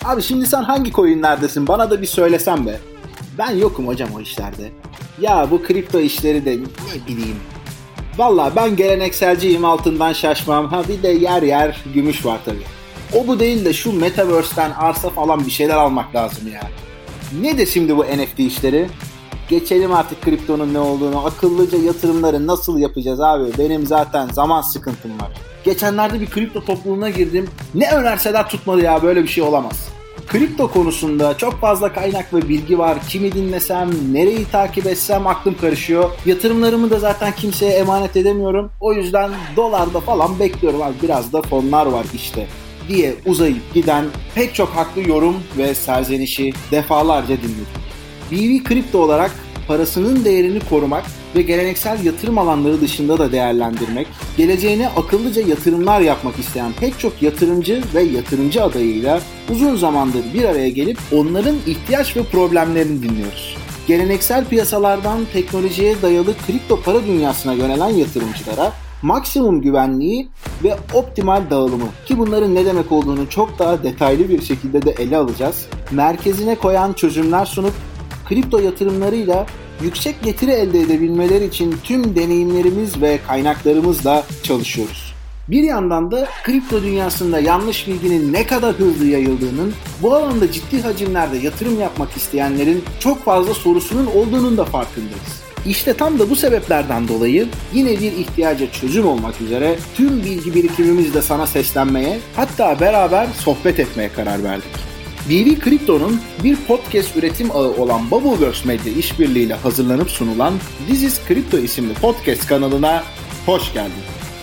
Abi şimdi sen hangi coinlerdesin? Bana da bir söylesen be. Ben yokum hocam o işlerde. Ya bu kripto işleri de ne bileyim. Valla ben gelenekselciyim, altından şaşmam. Ha bir de yer yer gümüş var tabii. O bu değil de şu Metaverse'ten arsa falan bir şeyler almak lazım ya. Ne de şimdi bu NFT işleri? Geçelim artık kriptonun ne olduğunu. Akıllıca yatırımları nasıl yapacağız abi? Benim zaten zaman sıkıntım var. Geçenlerde bir kripto topluluğuna girdim. Ne önerseler tutmadı ya, böyle bir şey olamaz. Kripto konusunda çok fazla kaynak ve bilgi var. Kimi dinlesem, nereyi takip etsem aklım karışıyor. Yatırımlarımı da zaten kimseye emanet edemiyorum. O yüzden dolarda falan bekliyorum abi. Biraz da fonlar var işte diye uzayıp giden pek çok haklı yorum ve serzenişi defalarca dinledim. BV kripto olarak parasının değerini korumak ve geleneksel yatırım alanları dışında da değerlendirmek, geleceğine akıllıca yatırımlar yapmak isteyen pek çok yatırımcı ve yatırımcı adayıyla uzun zamandır bir araya gelip onların ihtiyaç ve problemlerini dinliyoruz. Geleneksel piyasalardan teknolojiye dayalı kripto para dünyasına yönelen yatırımcılara maksimum güvenliği ve optimal dağılımı, ki bunların ne demek olduğunu çok daha detaylı bir şekilde de ele alacağız, merkezine koyan çözümler sunup kripto yatırımlarıyla yüksek getiri elde edebilmeleri için tüm deneyimlerimiz ve kaynaklarımızla çalışıyoruz. Bir yandan da kripto dünyasında yanlış bilginin ne kadar hızlı yayıldığının, bu alanda ciddi hacimlerde yatırım yapmak isteyenlerin çok fazla sorusunun olduğunun da farkındayız. İşte tam da bu sebeplerden dolayı yine bir ihtiyaca çözüm olmak üzere tüm bilgi birikimimizle sana seslenmeye, hatta beraber sohbet etmeye karar verdik. BV Kripto'nun bir podcast üretim ağı olan Bubbleworks Medya işbirliğiyle hazırlanıp sunulan This is Crypto isimli podcast kanalına hoş geldin.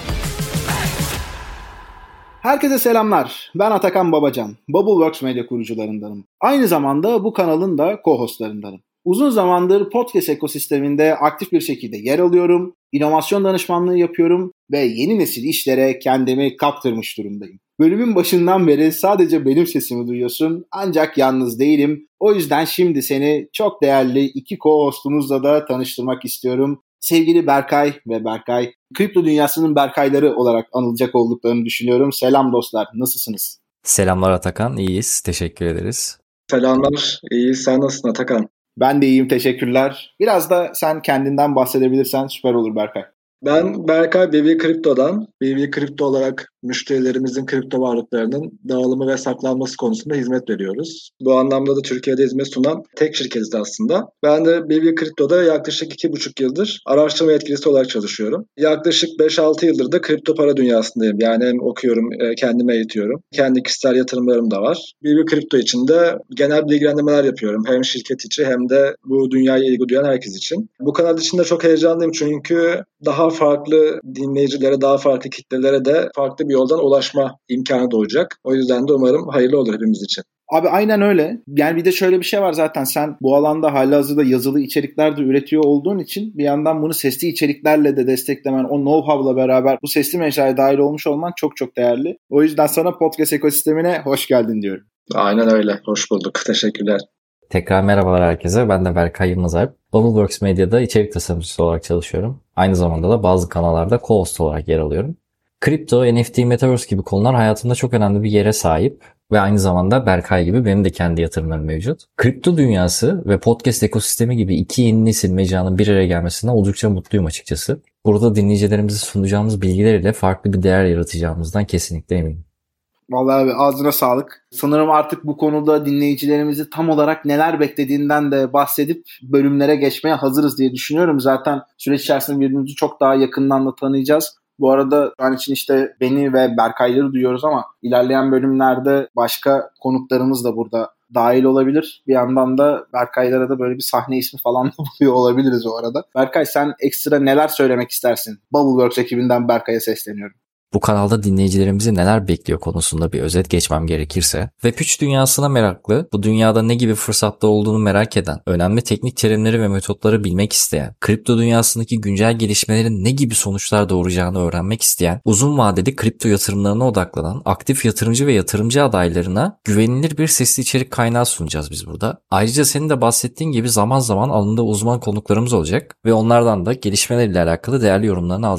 Herkese selamlar. Ben Atakan Babacan. Bubbleworks Medya kurucularındanım. Aynı zamanda bu kanalın da co-hostlarındanım. Uzun zamandır podcast ekosisteminde aktif bir şekilde yer alıyorum, inovasyon danışmanlığı yapıyorum ve yeni nesil işlere kendimi kaptırmış durumdayım. Bölümün başından beri sadece benim sesimi duyuyorsun, ancak yalnız değilim. O yüzden şimdi seni çok değerli iki co-hostumuzla da tanıştırmak istiyorum. Sevgili Berkay ve Berkay, kripto dünyasının Berkayları olarak anılacak olduklarını düşünüyorum. Selam dostlar, nasılsınız? Selamlar Atakan, iyiyiz. Teşekkür ederiz. Selamlar, iyiyiz. Sen nasılsın Atakan? Ben de iyiyim, teşekkürler. Biraz da sen kendinden bahsedebilirsen süper olur Berkay. Ben Berkay, BV Kripto'dan. BV Kripto olarak müşterilerimizin kripto varlıklarının dağılımı ve saklanması konusunda hizmet veriyoruz. Bu anlamda da Türkiye'de hizmet sunan tek şirketiz aslında. Ben de BV Kripto'da yaklaşık 2,5 yıldır araştırma yetkilisi olarak çalışıyorum. Yaklaşık 5-6 yıldır da kripto para dünyasındayım. Yani hem okuyorum, kendime eğitiyorum. Kendi kişisel yatırımlarım da var. BV Kripto için de genel bilgilendirmeler yapıyorum. Hem şirket içi hem de bu dünyaya ilgi duyan herkes için. Bu kanal için de çok heyecanlıyım çünkü daha farklı dinleyicilere, daha farklı kitlelere de farklı bir yoldan ulaşma imkanı doğacak. O yüzden de umarım hayırlı olur hepimiz için. Abi aynen öyle. Yani bir de şöyle bir şey var, zaten sen bu alanda halihazırda yazılı içerikler de üretiyor olduğun için bir yandan bunu sesli içeriklerle de desteklemen, o know-how'la beraber bu sesli mecraya dahil olmuş olman çok çok değerli. O yüzden sana podcast ekosistemine hoş geldin diyorum. Aynen öyle. Hoş bulduk. Teşekkürler. Tekrar merhabalar herkese. Ben de Berkay Yılmazalp. Bubbleworks Medya'da içerik tasarımcısı olarak çalışıyorum. Aynı zamanda da bazı kanallarda co-host olarak yer alıyorum. Kripto, NFT, Metaverse gibi konular hayatımda çok önemli bir yere sahip. Ve aynı zamanda Berkay gibi benim de kendi yatırımlarım mevcut. Kripto dünyası ve podcast ekosistemi gibi iki yeni nesil mecranın bir araya gelmesinden oldukça mutluyum açıkçası. Burada dinleyicilerimize sunacağımız bilgiler ile farklı bir değer yaratacağımızdan kesinlikle eminim. Vallahi abi ağzına sağlık. Sanırım artık bu konuda dinleyicilerimizi tam olarak neler beklediğinden de bahsedip bölümlere geçmeye hazırız diye düşünüyorum. Zaten süreç içerisinde birbirimizi çok daha yakından da tanıyacağız. Bu arada şu an için işte beni ve Berkayları duyuyoruz ama ilerleyen bölümlerde başka konuklarımız da burada dahil olabilir. Bir yandan da Berkaylara da böyle bir sahne ismi falan da buluyor olabiliriz o arada. Berkay, sen ekstra neler söylemek istersin? Bubbleworks ekibinden Berkay'a sesleniyorum. Bu kanalda dinleyicilerimizi neler bekliyor konusunda bir özet geçmem gerekirse, Web3 dünyasına meraklı, bu dünyada ne gibi fırsatlar olduğunu merak eden, önemli teknik terimleri ve metotları bilmek isteyen, kripto dünyasındaki güncel gelişmelerin ne gibi sonuçlar doğuracağını öğrenmek isteyen, uzun vadeli kripto yatırımlarına odaklanan aktif yatırımcı ve yatırımcı adaylarına güvenilir bir sesli içerik kaynağı sunacağız biz burada. Ayrıca senin de bahsettiğin gibi zaman zaman alanında uzman konuklarımız olacak ve onlardan da gelişmelerle alakalı değerli yorumlarını alacağız.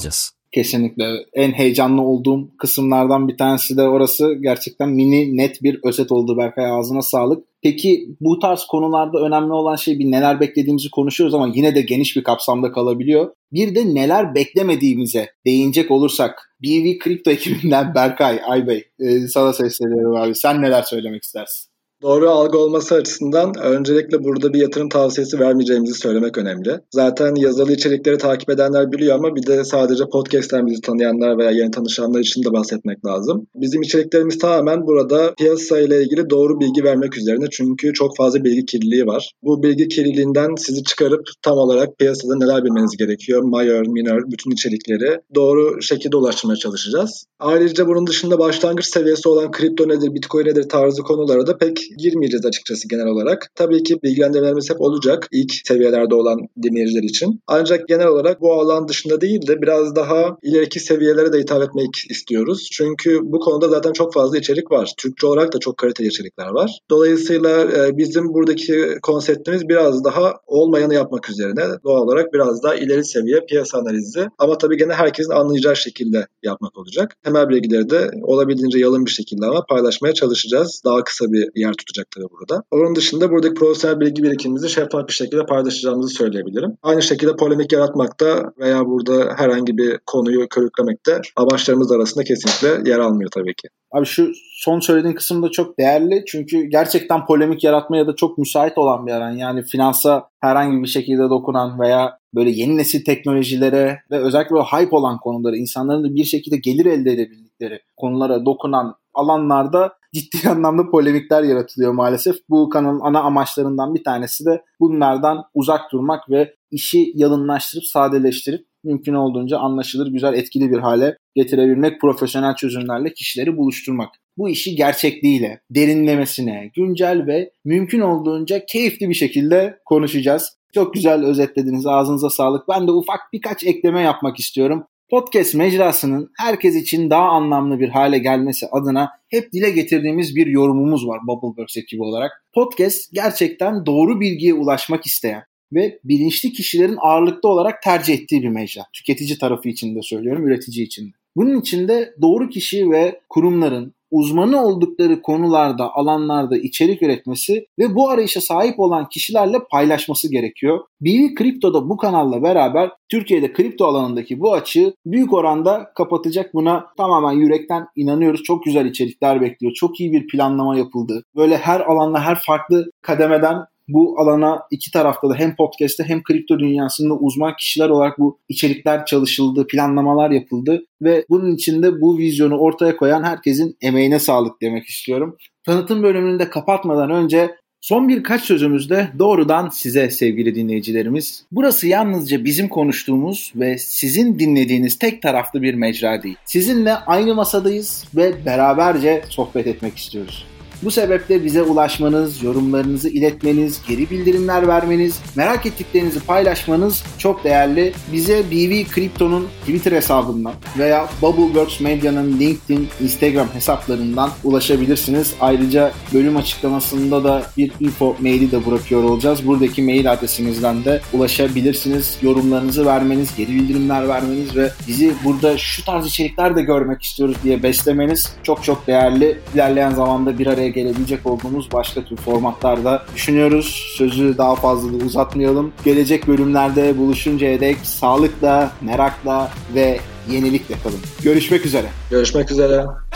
Kesinlikle. En heyecanlı olduğum kısımlardan bir tanesi de orası. Gerçekten mini net bir özet oldu Berkay. Ağzına sağlık. Peki bu tarz konularda önemli olan şey bir neler beklediğimizi konuşuyoruz ama yine de geniş bir kapsamda kalabiliyor. Bir de neler beklemediğimize değinecek olursak BV Kripto ekibinden Berkay Aybey sana sesleniyorum abi. Sen neler söylemek istersin? Doğru algı olması açısından öncelikle burada bir yatırım tavsiyesi vermeyeceğimizi söylemek önemli. Zaten yazılı içerikleri takip edenler biliyor ama bir de sadece podcast'ten bizi tanıyanlar veya yeni tanışanlar için de bahsetmek lazım. Bizim içeriklerimiz tamamen burada piyasa ile ilgili doğru bilgi vermek üzerine, çünkü çok fazla bilgi kirliliği var. Bu bilgi kirliliğinden sizi çıkarıp tam olarak piyasada neler bilmeniz gerekiyor, major, minor bütün içerikleri doğru şekilde ulaştırmaya çalışacağız. Ayrıca bunun dışında başlangıç seviyesi olan kripto nedir, bitcoin nedir tarzı konulara da pek girmeyeceğiz açıkçası genel olarak. Tabii ki bilgilendirmelerimiz hep olacak ilk seviyelerde olan dinleyiciler için. Ancak genel olarak bu alan dışında değil de biraz daha ileriki seviyelere de hitap etmek istiyoruz. Çünkü bu konuda zaten çok fazla içerik var. Türkçe olarak da çok kaliteli içerikler var. Dolayısıyla bizim buradaki konseptimiz biraz daha olmayanı yapmak üzerine. Doğal olarak biraz daha ileri seviye piyasa analizi. Ama tabii gene herkesin anlayacağı şekilde yapmak olacak. Temel bilgileri de olabildiğince yalın bir şekilde ama paylaşmaya çalışacağız. Daha kısa bir yer tutacak tabii burada. Onun dışında buradaki profesyonel bilgi birikimimizi şeffaf bir şekilde paylaşacağımızı söyleyebilirim. Aynı şekilde polemik yaratmakta veya burada herhangi bir konuyu körüklemekte amaçlarımız arasında kesinlikle yer almıyor tabii ki. Abi şu son söylediğin kısım da çok değerli çünkü gerçekten polemik yaratmaya da çok müsait olan bir alan. Yani finansa herhangi bir şekilde dokunan veya böyle yeni nesil teknolojilere ve özellikle böyle hype olan konuları, insanların da bir şekilde gelir elde edebildikleri konulara dokunan alanlarda ciddi anlamda polemikler yaratılıyor maalesef. Bu kanalın ana amaçlarından bir tanesi de bunlardan uzak durmak ve işi yalınlaştırıp sadeleştirip mümkün olduğunca anlaşılır, güzel, etkili bir hale getirebilmek, profesyonel çözümlerle kişileri buluşturmak. Bu işi gerçekliğiyle, derinlemesine, güncel ve mümkün olduğunca keyifli bir şekilde konuşacağız. Çok güzel özetlediniz, ağzınıza sağlık. Ben de ufak birkaç ekleme yapmak istiyorum. Podcast mecrasının herkes için daha anlamlı bir hale gelmesi adına hep dile getirdiğimiz bir yorumumuz var Bubbleworks ekibi olarak. Podcast gerçekten doğru bilgiye ulaşmak isteyen ve bilinçli kişilerin ağırlıklı olarak tercih ettiği bir mecra. Tüketici tarafı için de söylüyorum, üretici için de. Bunun için de doğru kişi ve kurumların uzmanı oldukları konularda, alanlarda içerik üretmesi ve bu arayışa sahip olan kişilerle paylaşması gerekiyor. BV Kripto'da bu kanalla beraber Türkiye'de kripto alanındaki bu açığı büyük oranda kapatacak. Buna tamamen yürekten inanıyoruz. Çok güzel içerikler bekliyor. Çok iyi bir planlama yapıldı. Böyle her alanda, her farklı kademeden bu alana iki tarafta da hem podcast'te hem kripto dünyasında uzman kişiler olarak bu içerikler çalışıldı, planlamalar yapıldı ve bunun için de bu vizyonu ortaya koyan herkesin emeğine sağlık demek istiyorum. Tanıtım bölümünü de kapatmadan önce son birkaç sözümüz de doğrudan size sevgili dinleyicilerimiz. Burası yalnızca bizim konuştuğumuz ve sizin dinlediğiniz tek taraflı bir mecra değil. Sizinle aynı masadayız ve beraberce sohbet etmek istiyoruz. Bu sebeple bize ulaşmanız, yorumlarınızı iletmeniz, geri bildirimler vermeniz, merak ettiklerinizi paylaşmanız çok değerli. Bize BV Kripto'nun Twitter hesabından veya Bubbleworks Medya'nın LinkedIn, Instagram hesaplarından ulaşabilirsiniz. Ayrıca bölüm açıklamasında da bir info maili de bırakıyor olacağız. Buradaki mail adresimizden de ulaşabilirsiniz. Yorumlarınızı vermeniz, geri bildirimler vermeniz ve bizi burada şu tarz içerikler de görmek istiyoruz diye beslemeniz çok çok değerli. İlerleyen zamanda bir araya gelebilecek olduğumuz başka tür formatlarda düşünüyoruz. Sözü daha fazla da uzatmayalım. Gelecek bölümlerde buluşuncaya dek sağlıkla, merakla ve yenilikle kalın. Görüşmek üzere. Görüşmek üzere.